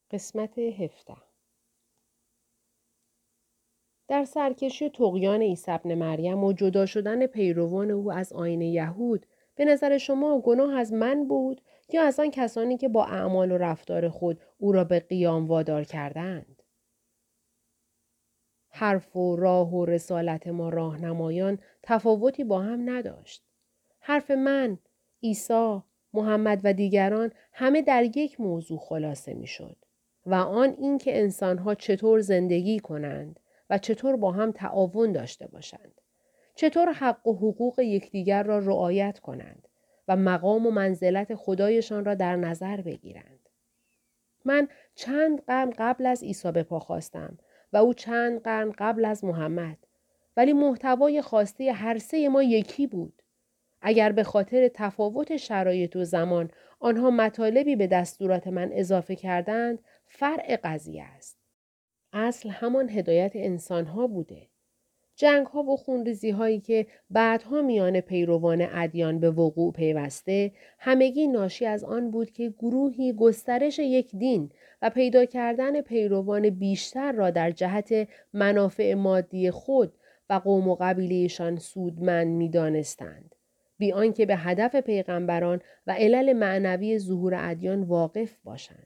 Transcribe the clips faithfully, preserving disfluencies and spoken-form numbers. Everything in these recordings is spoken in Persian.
قسمت هفده. در سرکشی طغیان عیسی ابن مریم و جدا شدن پیروان او از آیین یهود، به نظر شما گناه از من بود یا از آن کسانی که با اعمال و رفتار خود او را به قیام وادار کردند؟ حرف و راه و رسالت ما راهنمایان تفاوتی با هم نداشت. حرف من، عیسی، محمد و دیگران همه در یک موضوع خلاصه می شد و آن این که انسانها چطور زندگی کنند و چطور با هم تعاون داشته باشند. چطور حق و حقوق یکدیگر را رعایت کنند و مقام و منزلت خدایشان را در نظر بگیرند. من چند قرن قبل از عیسی به پا خواستم و او چند قرن قبل از محمد، ولی محتوای خواسته هر سه ما یکی بود. اگر به خاطر تفاوت شرایط و زمان آنها مطالبی به دستورات من اضافه کردند، فرع قضیه است. اصل همان هدایت انسانها بوده. جنگ ها و خونریزی هایی که بعدها میان پیروان ادیان به وقوع پیوسته، همگی ناشی از آن بود که گروهی گسترش یک دین و پیدا کردن پیروان بیشتر را در جهت منافع مادی خود و قوم و قبیلهشان سودمند می دانستند، بی آنکه به هدف پیغمبران و علل معنوی ظهور ادیان واقف باشند.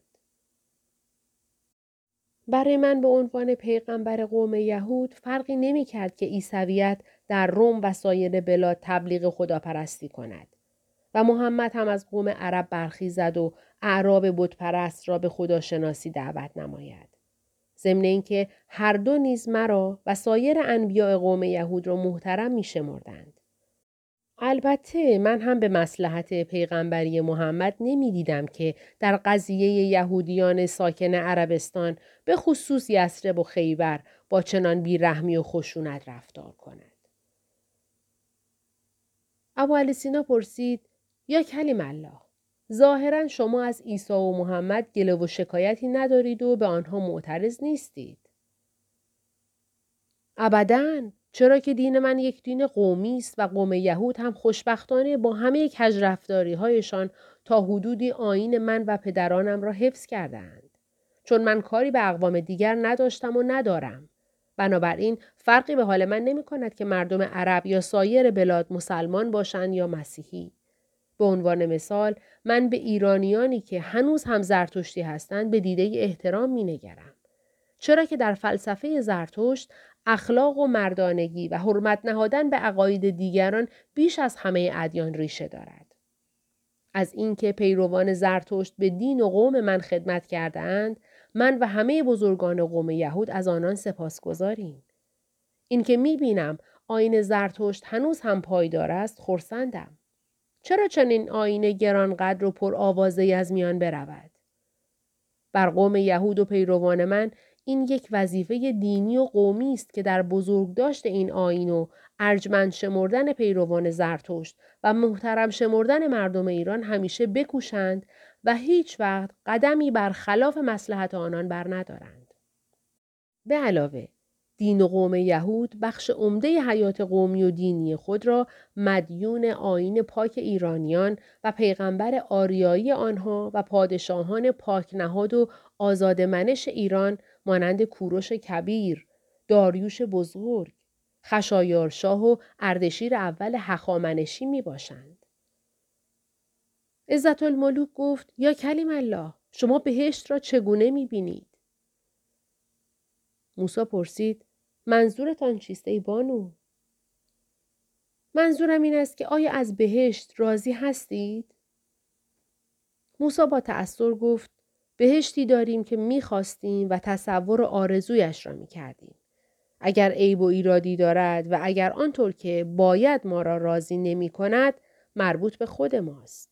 برای من به عنوان پیغمبر قوم یهود فرقی نمی کرد که عیسویت در روم و سایر بلاد تبلیغ خداپرستی کند و محمد هم از قوم عرب برخیزد و اعراب بتپرست را به خداشناسی دعوت نماید. ضمن اینکه هر دو نیز مرا و سایر انبیاء قوم یهود را محترم می شمردند. البته من هم به مصلحت پیغمبری محمد نمی دیدم که در قضیه یهودیان ساکن عربستان به خصوص یثرب و خیبر با چنان بیرحمی و خشونت رفتار کند. ابوعلی سینا پرسید: یا کلیم الله، ظاهرا شما از عیسی و محمد گله و شکایتی ندارید و به آنها معترض نیستید. ابداً، چرا که دین من یک دین قومی است و قوم یهود هم خوشبختانه با همه کژرفتاری هایشان تا حدودی آیین من و پدرانم را حفظ کردند. چون من کاری به اقوام دیگر نداشتم و ندارم. بنابراین فرقی به حال من نمی کند که مردم عرب یا سایر بلاد مسلمان باشند یا مسیحی. به عنوان مثال من به ایرانیانی که هنوز هم زرتشتی هستند به دیده احترام می نگرم. چرا که در فلسفه زرتشت اخلاق و مردانگی و حرمت نهادن به عقاید دیگران بیش از همه ادیان ریشه دارد. از اینکه پیروان زرتشت به دین و قوم من خدمت کرده‌اند، من و همه بزرگان قوم یهود از آنان سپاسگزاریم. اینکه می‌بینم آیین زرتشت هنوز هم پایدار است، خرسندم. چرا چنین آیین گرانقدر و پرآوازه‌ای از میان برود؟ بر قوم یهود و پیروان من این یک وظیفه دینی و قومی است که در بزرگداشت این آیین و ارجمند شمردن پیروان زرتشت و محترم شمردن مردم ایران همیشه بکوشند و هیچ وقت قدمی بر خلاف مصلحت آنان بر ندارند. به علاوه، دین و قوم یهود بخش عمده حیات قومی و دینی خود را مدیون آیین پاک ایرانیان و پیغمبر آریایی آنها و پادشاهان پاک نهاد و آزادمنش ایران مانند کوروش کبیر، داریوش بزرگ، خشایارشاه و اردشیر اول هخامنشی می باشند. عزت الملوک گفت: یا کلیم الله، شما بهشت را چگونه می بینید؟ موسی پرسید: منظورتان چیست ای بانو؟ منظورم این است که آیا از بهشت راضی هستید؟ موسی با تأثر گفت: بهشتی داریم که می‌خواستیم و تصور و آرزویش را می‌کردیم. اگر عیب و ایرادی دارد و اگر آنطور که باید ما را راضی نمی‌کند، مربوط به خود ماست.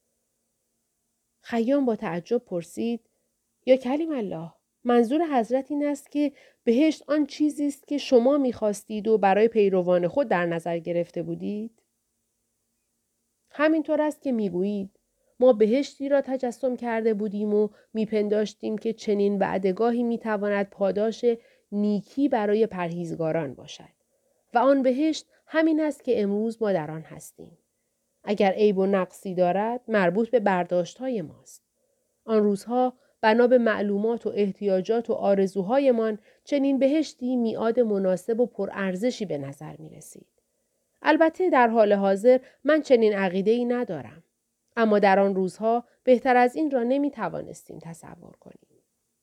خیام با تعجب پرسید: یا کلیم الله، منظور حضرت این است که بهشت آن چیزی است که شما می‌خواستید و برای پیروان خود در نظر گرفته بودید؟ همینطور است که می‌گویید ما بهشتی را تجسم کرده بودیم و می‌پنداشتیم که چنین وعده‌گاهی می‌تواند پاداش نیکی برای پرهیزگاران باشد و آن بهشت همین است که امروز ما در آن هستیم. اگر عیب و نقصی دارد مربوط به برداشت‌های ماست. آن روزها بنا به معلومات و احتیاجات و آرزوهایمان چنین بهشتی میعاد مناسب و پرارزشی به نظر می رسید. البته در حال حاضر من چنین عقیده‌ای ندارم. اما در آن روزها بهتر از این را نمی توانستیم تصور کنیم.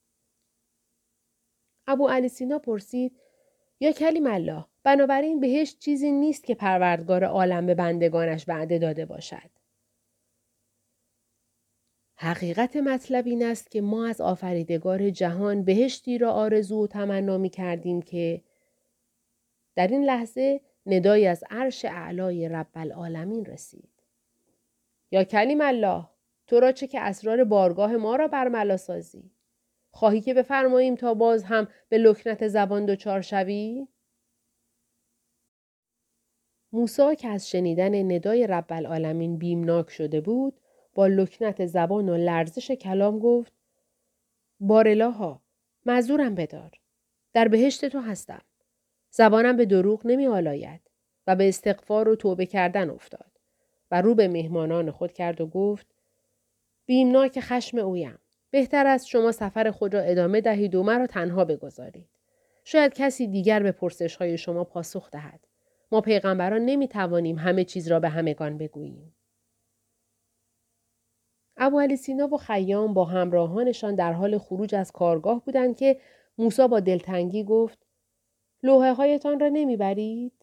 ابو علی سینا پرسید: یا کلیم الله، بنابراین بهشت چیزی نیست که پروردگار عالم به بندگانش وعده داده باشد. حقیقت مطلب این است که ما از آفریدگار جهان بهشتی را آرزو و تمنا می کردیم که در این لحظه ندایی از عرش اعلای رب العالمین رسید. یا کلیم الله، تو را چه که اسرار بارگاه ما را برملا سازی؟ خواهی که بفرماییم تا باز هم به لکنت زبان دچار شوی؟ موسی که از شنیدن ندای رب العالمین بیمناک شده بود، با لکنت زبان و لرزش کلام گفت: بارالها، معذورم بدار. در بهشت تو هستم. زبانم به دروغ نمی آلاید و به استغفار و توبه کردن افتاد و رو به مهمانان خود کرد و گفت: بیمناک خشم اویم. بهتر است شما سفر خود را ادامه دهید و مرا تنها بگذارید. شاید کسی دیگر به پرسش های شما پاسخ دهد. ما پیغمبران نمی توانیم همه چیز را به همگان بگوییم. ابو علی سینا و خیام با همراهانشان در حال خروج از کارگاه بودند که موسی با دلتنگی گفت: لوحه هایتان را نمی برید؟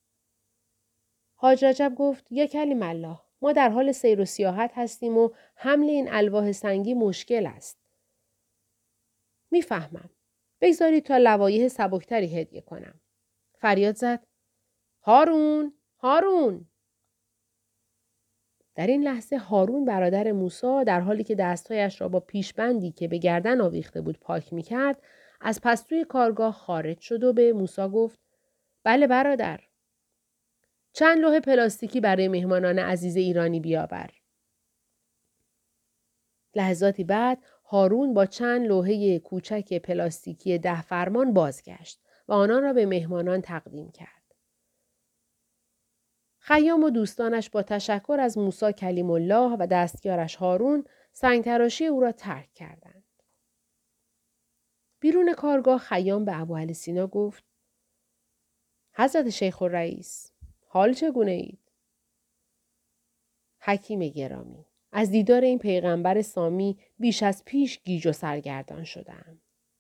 حاج رجب گفت: یا کلیم الله، ما در حال سیر و سیاحت هستیم و حمل این الواح سنگی مشکل است. میفهمم. بگذارید تا لوایح سبکتری هدیه کنم. فریاد زد: هارون! هارون! در این لحظه هارون برادر موسی در حالی که دستهایش را با پیشبندی که به گردن آویخته بود پاک می کرد، از پستوی کارگاه خارج شد و به موسی گفت: بله برادر. چند لوح پلاستیکی برای مهمانان عزیز ایرانی بیاور. لحظاتی بعد هارون با چند لوحه کوچک پلاستیکی ده فرمان بازگشت و آنان را به مهمانان تقدیم کرد. خیام و دوستانش با تشکر از موسی کلیم الله و دستیارش هارون سنگتراشی او را ترک کردند. بیرون کارگاه خیام به ابو علی سینا گفت: حضرت شیخ الرئیس، حال چگونه اید؟ حکیم گرامی، از دیدار این پیغمبر سامی بیش از پیش گیج و سرگردان شدم.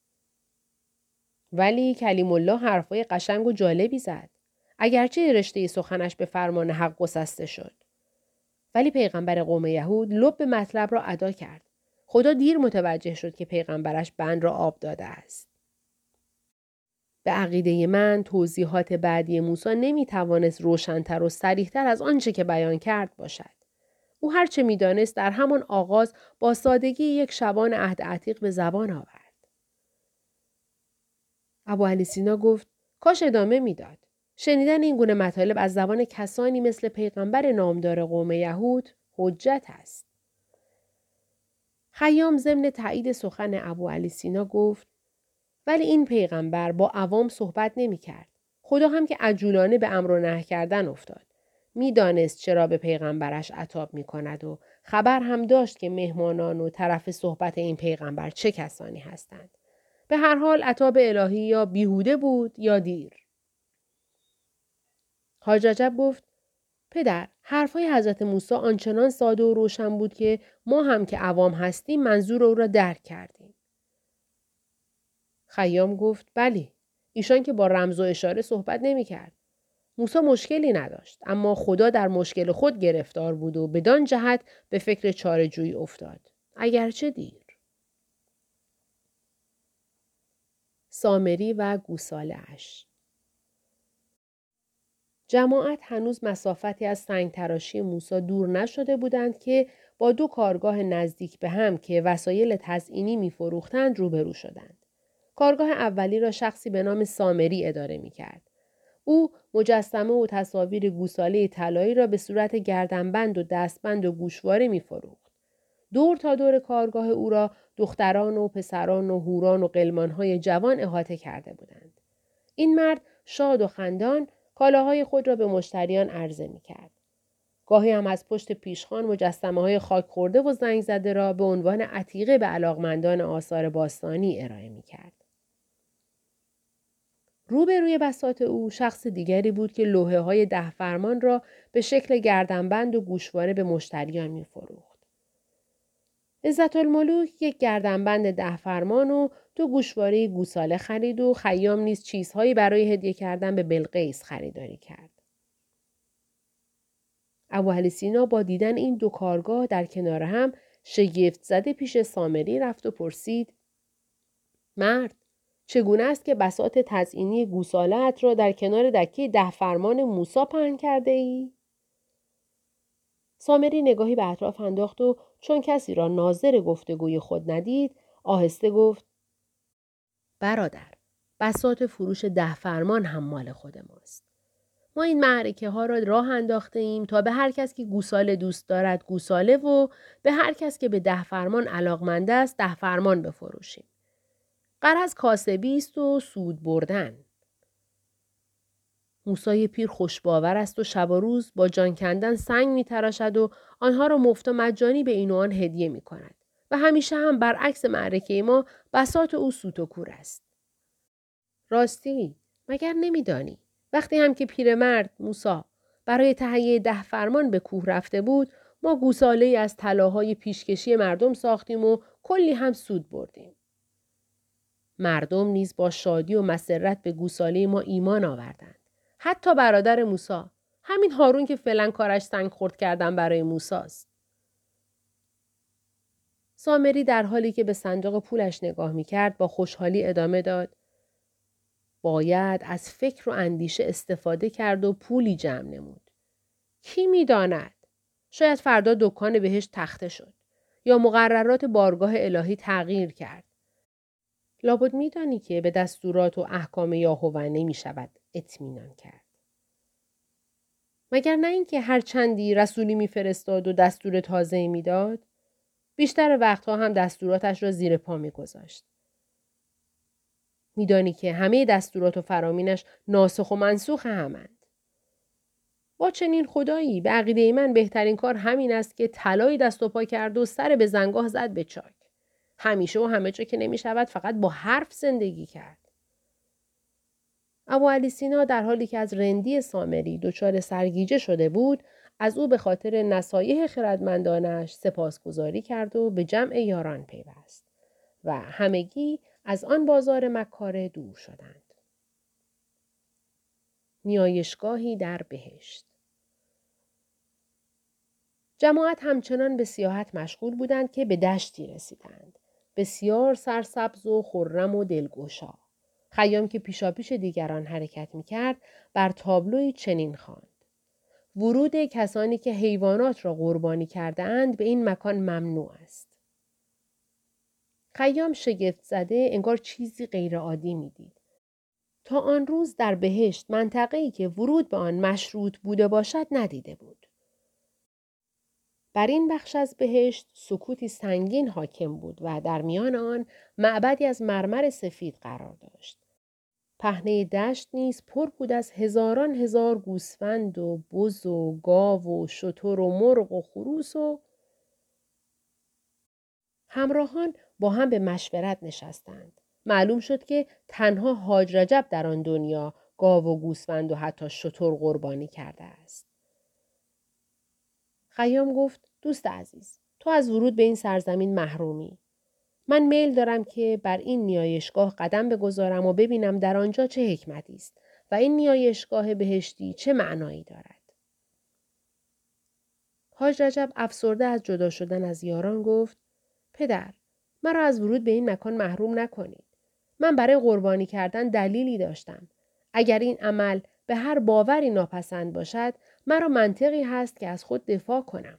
ولی کلیم الله حرفای قشنگ و جالبی زد. اگرچه رشته سخنش به فرمان حق گسسته شد. ولی پیغمبر قوم یهود لب مطلب را ادا کرد. خدا دیر متوجه شد که پیغمبرش بند را آب داده است. به عقیده من توضیحات بعدی موسی نمی توانست روشن‌تر و صریح‌تر از آنچه که بیان کرد باشد. او هرچه می دانست در همان آغاز با سادگی یک شبان عهد عتیق به زبان آورد. ابو علی سینا گفت: کاش ادامه میداد. شنیدن این گونه مطالب از زبان کسانی مثل پیغمبر نامدار قوم یهود حجت است. خیام ضمن تایید سخن ابو علی سینا گفت: ولی این پیغمبر با عوام صحبت نمی کرد. خدا هم که عجولانه به امر و نهی کردن افتاد. می دانست چرا به پیغمبرش عتاب می کند و خبر هم داشت که مهمانان و طرف صحبت این پیغمبر چه کسانی هستند. به هر حال عتاب الهی یا بیهوده بود یا دیر. حاج رجب گفت: پدر، حرفهای حضرت موسی آنچنان ساده و روشن بود که ما هم که عوام هستیم منظور او را درک کردیم. خیام گفت: بلی، ایشان که با رمز و اشاره صحبت نمی کرد. موسی مشکلی نداشت، اما خدا در مشکل خود گرفتار بود و بدان جهت به فکر چاره‌جویی افتاد. اگرچه دیر. سامری و گوساله اش. جماعت هنوز مسافتی از سنگ تراشی موسی دور نشده بودند که با دو کارگاه نزدیک به هم که وسایل تزئینی می فروختند روبرو شدند. کارگاه اولی را شخصی به نام سامری اداره می کرد. او مجسمه و تصاویر گوساله طلایی را به صورت گردنبند و دستبند و گوشواره می فروخت. دور تا دور کارگاه او را دختران و پسران و هوران و غلمانهای جوان احاطه کرده بودند. این مرد شاد و خندان کالاهای خود را به مشتریان عرضه می کرد. گاهی هم از پشت پیشخوان مجسمه های خاک خورده و زنگ زده را به عنوان عتیقه به علاقمندان آثار باستانی ارائه می کرد. روبروی بساط او شخص دیگری بود که لوحه های ده فرمان را به شکل گردنبند و گوشواره به مشتریان می فروخت. عزت الملوک یک گردنبند ده فرمان و دو گوشواره گوساله خرید و خیام نیز چیزهایی برای هدیه کردن به بلقیس خریداری کرد. ابوعلی سینا با دیدن این دو کارگاه در کنار هم شگفت زده پیش سامری رفت و پرسید: مرد، چگونه است که بساط تزئینی گوساله‌ات را در کنار دکه ده فرمان موسی پهن کرده ای؟ سامری نگاهی به اطراف انداخت و چون کسی را ناظر گفتگوی خود ندید، آهسته گفت: برادر، بساط فروش ده فرمان هم مال خود ماست. ما این معرکه ها را راه انداخته ایم تا به هر کس که گوساله دوست دارد گوساله و به هر کس که به ده فرمان علاقمند است ده فرمان بفروشیم. غرض کاسبی است و سود بردن. موسی پیر خوشباور است و شب و روز با جان کندن سنگ می تراشد و آنها را مفت و مجانی به این و آن هدیه می کند و همیشه هم برعکس معرکه ما بساط او سوت و کور است. راستی، مگر نمیدانی وقتی هم که پیرمرد موسی برای تهیه ده فرمان به کوه رفته بود، ما گوساله‌ای از طلاهای پیشکشی مردم ساختیم و کلی هم سود بردیم. مردم نیز با شادی و مسرت به گوساله ما ایمان آوردند. حتی برادر موسی، همین هارون که فعلا کارش سنگ خورد کردن برای موسی است. سامری در حالی که به صندوق پولش نگاه می‌کرد با خوشحالی ادامه داد: باید از فکر و اندیشه استفاده کرد و پولی جمع نمود. کی می‌داند؟ شاید فردا دکان بهشت تخته شد یا مقررات بارگاه الهی تغییر کرد. لابد می‌دانی که به دستورات و احکام یاهوه نمی‌شود اطمینان کرد. مگر نه اینکه هر چندی رسولی می‌فرستاد و دستور تازه‌ای می‌داد؟ بیشتر وقتها هم دستوراتش را زیر پا می‌گذاشت. می‌دانی که همه دستورات و فرامینش ناسخ و منسوخ همند. با چنین خدایی به عقیده من بهترین کار همین است که طلایی دست و پا کرد و سر به زنگاه زد به چاک. همیشه و همه جا که نمی شود فقط با حرف زندگی کرد. ابوعلی سینا در حالی که از رندی سامری دچار سرگیجه شده بود، از او به خاطر نصایح خردمندانش سپاسگزاری کرد و به جمع یاران پیوست و همگی از آن بازار مکاره دور شدند. نیایشگاهی در بهشت. جماعت همچنان به سیاحت مشغول بودند که به دشتی رسیدند. بسیار سرسبز و خرم و دلگشا. خیام که پیشاپیش دیگران حرکت می‌کرد، بر تابلوی چنین خواند: ورود کسانی که حیوانات را قربانی کرده‌اند به این مکان ممنوع است. خیام شگفت زده انگار چیزی غیرعادی می‌دید. تا آن روز در بهشت منطقه‌ای که ورود به آن مشروط بوده باشد ندیده بود. بر این بخش از بهشت سکوتی سنگین حاکم بود و در میان آن معبدی از مرمر سفید قرار داشت. پهنه دشت نیز پر بود از هزاران هزار گوسفند و بز و گاو و شتر و مرغ و خروس و همراهان با هم به مشورت نشستند. معلوم شد که تنها حاج رجب در آن دنیا گاو و گوسفند و حتی شتر قربانی کرده است. خیام گفت: دوست عزیز، تو از ورود به این سرزمین محرومی. من میل دارم که بر این نیایشگاه قدم بگذارم و ببینم در آنجا چه حکمتی است و این نیایشگاه بهشتی چه معنایی دارد. حاج رجب افسرده از جدا شدن از یاران گفت: پدر، مرا از ورود به این مکان محروم نکنید. من برای قربانی کردن دلیلی داشتم. اگر این عمل به هر باوری ناپسند باشد، مرا منطقی هست که از خود دفاع کنم.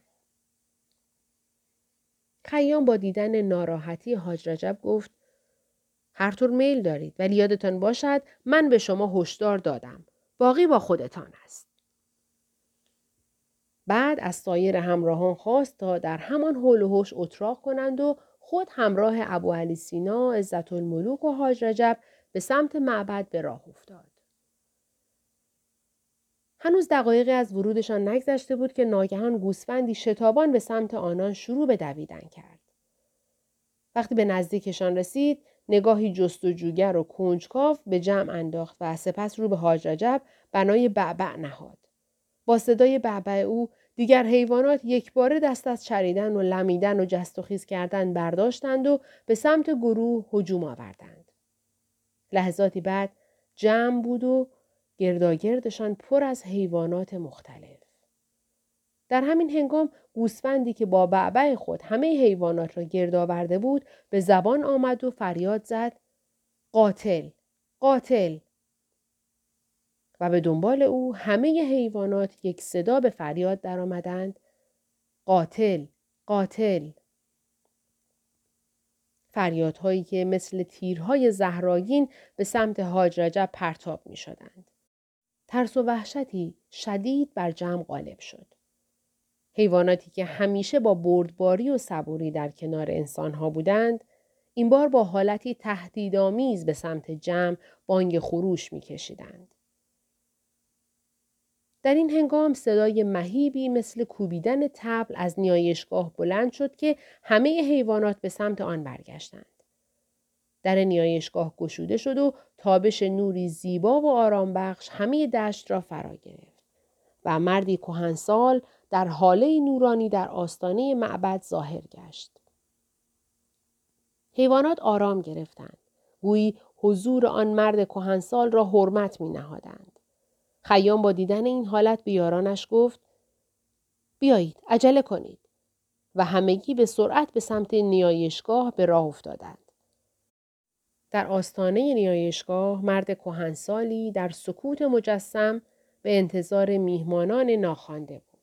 خیام با دیدن ناراحتی حاج رجب گفت: هر طور میل دارید، ولی یادتان باشد من به شما هشدار دادم. باقی با خودتان است. بعد از سایر همراهان خواست تا در همان حول و حوش اتراق کنند و خود همراه ابوعلی سینا، عزت الملوک و حاج رجب به سمت معبد به راه افتاد. هنوز دقایقی از ورودشان نگذشته بود که ناگهان گوسفندی شتابان به سمت آنان شروع به دویدن کرد. وقتی به نزدیکشان رسید، نگاهی جستجوگر و کنجکاو به جمع انداخت و سپس رو به حاج رجب بنای بعبع نهاد. با صدای بعبع او دیگر حیوانات یکباره دست از چریدن و لمیدن و جست و خیز کردن برداشتند و به سمت گروه هجوم آوردند. لحظاتی بعد جمع بود و گرداگردشان پر از حیوانات مختلف. در همین هنگام گوسفندی که با بعبع خود همه حیوانات را گرد آورده بود به زبان آمد و فریاد زد: قاتل! قاتل! و به دنبال او همه حیوانات یک صدا به فریاد درآمدند: قاتل! قاتل! فریادهایی که مثل تیرهای زهرآگین به سمت حاج رجب پرتاب می شدند. ترس و وحشتی شدید بر جمع غالب شد. حیواناتی که همیشه با بردباری و صبوری در کنار انسانها بودند، این بار با حالتی تهدیدآمیز به سمت جمع بانگ خروش می کشیدند. در این هنگام صدای مهیبی مثل کوبیدن طبل از نیایشگاه بلند شد که همه حیوانات به سمت آن برگشتند. در نیایشگاه گشوده شد و تابش نوری زیبا و آرام بخش همه دشت را فرا گرفت و مردی کهنسال در حاله نورانی در آستانه معبد ظاهر گشت. حیوانات آرام گرفتند. گویی حضور آن مرد کهنسال را حرمت می نهادند. خیام با دیدن این حالت به یارانش گفت: بیایید، عجله کنید. و همگی به سرعت به سمت نیایشگاه به راه افتادند. در آستانه نیایشگاه مرد کهنسالی در سکوت مجسم به انتظار میهمانان ناخوانده بود.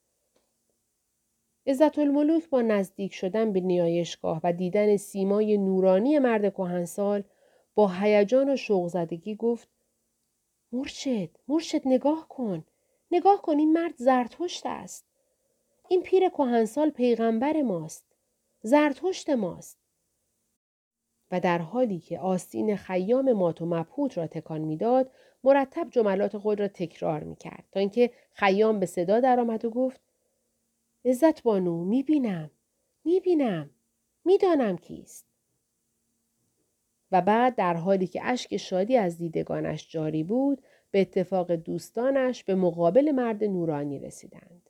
عزت‌الملوک با نزدیک شدن به نیایشگاه و دیدن سیمای نورانی مرد کهنسال با هیجان و شوق زدگی گفت: مرشد، مرشد نگاه کن. نگاه کن، این مرد زرتشت است. این پیر کهنسال پیغمبر ماست. زرتشت ماست. و در حالی که آستین خیام مات و مبهوت را تکان میداد، مرتب جملات خود را تکرار میکرد تا اینکه خیام به صدا درآمد و گفت: عزت بانو، میبینم، میبینم، میدانم کیست. و بعد در حالی که اشک شادی از دیدگانش جاری بود، به اتفاق دوستانش به مقابل مرد نورانی رسیدند.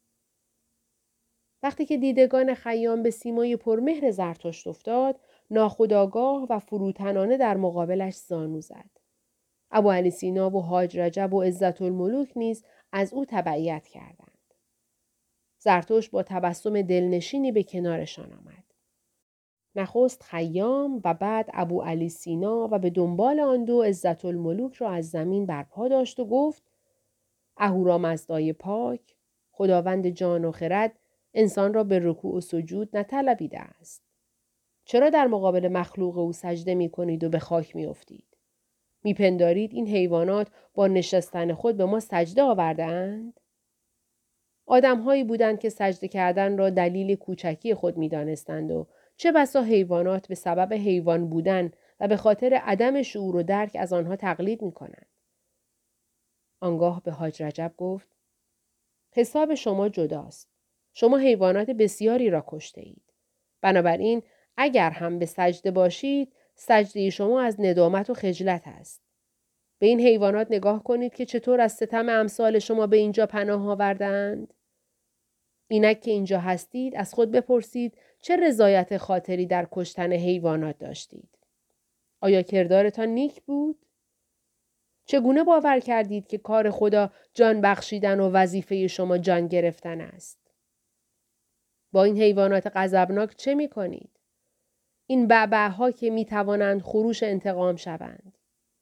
وقتی که دیدگان خیام به سیمای پرمهر زرتشت افتاد، ناخودآگاه و فروتنانه در مقابلش زانو زد. ابوعلی سینا و حاج رجب و عزت‌الملوک نیز از او تبعیت کردند. زرتشت با تبسم دلنشینی به کنارشان آمد. نخست خیام و بعد ابوعلی سینا و به دنبال آن دو عزت‌الملوک را از زمین برپا داشت و گفت: اهورامزدای پاک، خداوند جان و خرد، انسان را به رکوع و سجود نطلبیده است. چرا در مقابل مخلوق او سجده می کنید و به خاک می افتید؟ می پندارید این حیوانات با نشستن خود به ما سجده آورده اند؟ آدم‌هایی بودند که سجده کردن را دلیل کوچکی خود می دانستند و چه بسا حیوانات به سبب حیوان بودن و به خاطر عدم شعور و درک از آنها تقلید می کنند. آنگاه به حاج رجب گفت: حساب شما جداست. شما حیوانات بسیاری را کشته اید. بنابراین اگر هم به سجده باشید، سجده شما از ندامت و خجلت است. به این حیوانات نگاه کنید که چطور از ستم امثال شما به اینجا پناه آوردند. اینک که اینجا هستید از خود بپرسید چه رضایت خاطری در کشتن حیوانات داشتید؟ آیا کردارتان نیک بود؟ چگونه باور کردید که کار خدا جان بخشیدن و وظیفه شما جان گرفتن است؟ با این حیوانات غضبناک چه می کنید؟ این بعبع‌ها که می توانند خروش انتقام شوند.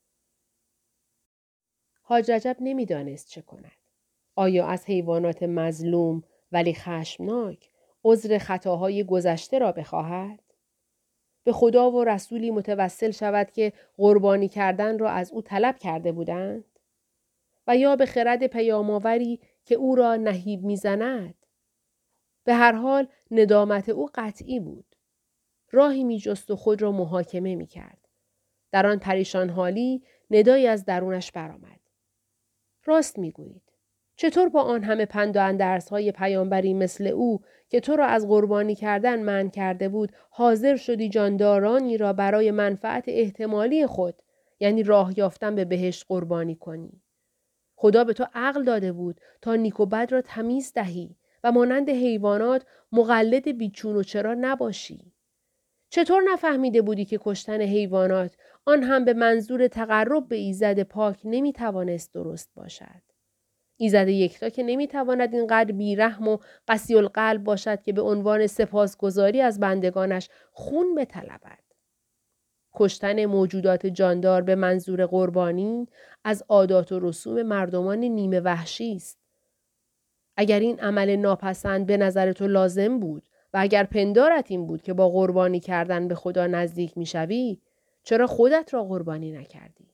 حاج رجب نمی دانست چه کند. آیا از حیوانات مظلوم ولی خشمناک عذر خطاهای گذشته را بخواهد؟ به خدا و رسولی متوسل شود که قربانی کردن را از او طلب کرده بودند؟ و یا به خرد پیام‌آوری که او را نهیب می‌زند؟ به هر حال ندامت او قطعی بود. راهی می جست و خود را محاکمه می کرد. در آن پریشان حالی ندایی از درونش برآمد. راست می گویید. چطور با آن همه پند و اندرس‌های پیامبری مثل او که تو را از قربانی کردن منع کرده بود، حاضر شدی جاندارانی را برای منفعت احتمالی خود، یعنی راه یافتن به بهشت قربانی کنی؟ خدا به تو عقل داده بود تا نیک و بد را تمیز دهی و مانند حیوانات مقلد بیچون و چرا نباشی. چطور نفهمیده بودی که کشتن حیوانات آن هم به منظور تقرب به ایزد پاک نمیتوانست درست باشد؟ ایزد یکتا که نمیتواند اینقدر بیرحم و قسی القلب باشد که به عنوان سپاسگزاری از بندگانش خون بطلبد. کشتن موجودات جاندار به منظور قربانی از عادات و رسوم مردمان نیمه وحشی است. اگر این عمل ناپسند به نظر تو لازم بود و اگر پندارت این بود که با قربانی کردن به خدا نزدیک میشوی، چرا خودت را قربانی نکردی؟